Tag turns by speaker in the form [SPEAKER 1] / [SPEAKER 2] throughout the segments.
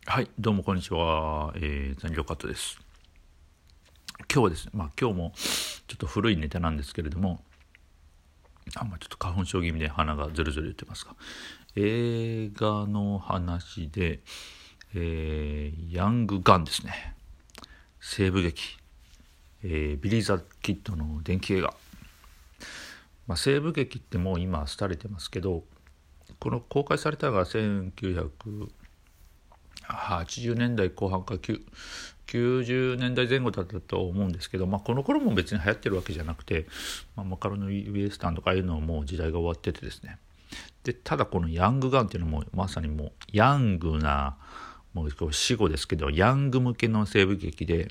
[SPEAKER 1] はい、どうもこんにちは。残業カットです。今日はですね、今日もちょっと古いネタなんですけれども、ちょっと花粉症気味で鼻がずるずる言ってますが、映画の話で、ヤングガンですね。西部劇、ビリー・ザ・キッドの伝記映画。西部劇ってもう今廃れてますけど、この公開されたのが1980年代後半か90年代前後だったと思うんですけど、この頃も別に流行ってるわけじゃなくて、マカロニウエスタンとかいうのはもう時代が終わっててですね。でただこのヤングガンっていうのもまさにもうヤングな、もう死語ですけどヤング向けの西部劇で、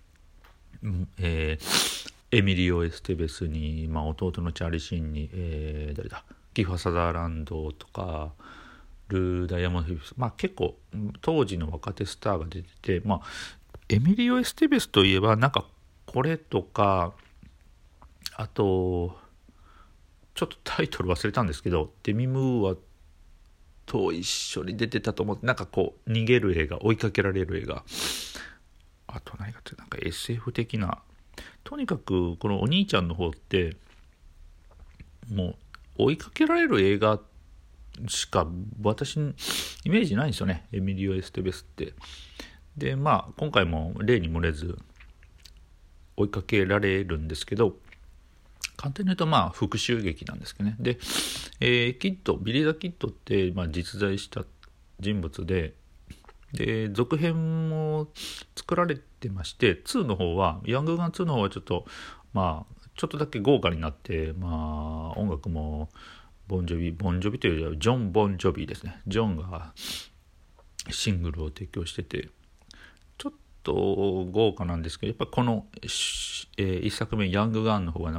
[SPEAKER 1] エミリオ・エステベスに、弟のチャーリー・シーンに、誰だキファ・サザーランドとかルー・ダイヤモンド・フィリップス、結構当時の若手スターが出てて、エミリオ・エステベスといえばこれとか、あとちょっとタイトル忘れたんですけど、デミ・ムーアと一緒に出てたと思って、逃げる映画、追いかけられる映画、あと何かってSF 的な、とにかくこのお兄ちゃんの方ってもう追いかけられる映画しか私イメージないんですよね、エミリオ・エステベスって。で今回も例に漏れず追いかけられるんですけど、簡単に言うと復讐劇なんですけどね。で、ビリー・ザ・キッドって、実在した人物で、続編も作られてまして、2の方はヤングガン2の方はちょっとだけ豪華になって、音楽もボンジョビというよりはジョン・ボンジョビですね。ジョンがシングルを提供してて、ちょっと豪華なんですけど、やっぱこの、一作目ヤングガンの方は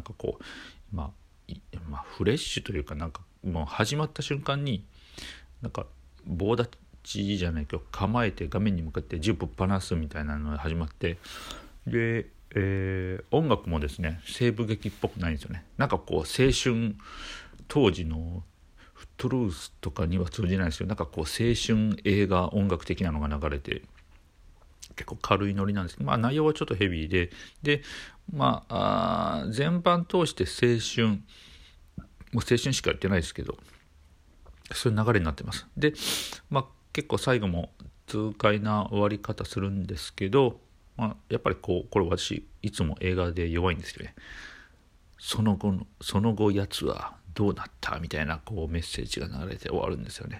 [SPEAKER 1] フレッシュというか、もう始まった瞬間に棒立ちじゃないけど構えて画面に向かって銃ぶっ放すみたいなのが始まって、で、音楽もですね西部劇っぽくないんですよね。青春当時のフットルースとかには通じないんですよ。青春映画音楽的なのが流れて、結構軽いノリなんですけど、内容はちょっとヘビーで、全般通してもう青春しかやってないですけど、そういう流れになってます。で、結構最後も痛快な終わり方するんですけど、やっぱりこれ私いつも映画で弱いんですよね。その後やつはどうなったみたいなメッセージが流れて終わるんですよね。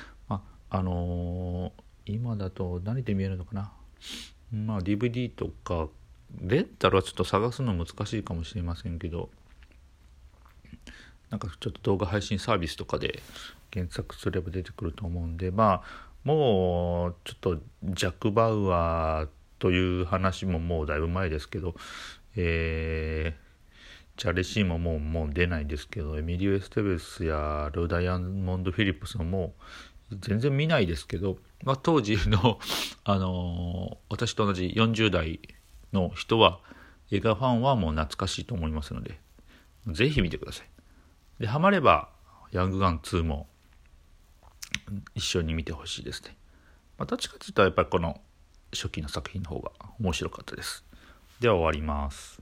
[SPEAKER 1] 今だと何で見えるのかな、DVD とかレンタルはちょっと探すの難しいかもしれませんけど、ちょっと動画配信サービスとかで検索すれば出てくると思うんで、もうちょっとジャック・バウアーという話ももうだいぶ前ですけど、チャーリー・シーンももう出ないですけど、エミリオ・エステベスやルー・ダイヤモンド・フィリップスももう全然見ないですけど、当時の、私と同じ40代の人は、映画ファンはもう懐かしいと思いますので、ぜひ見てください。でハマればヤングガン2も一緒に見てほしいですね。どっちかというとやっぱりこの初期の作品の方が面白かったです。では終わります。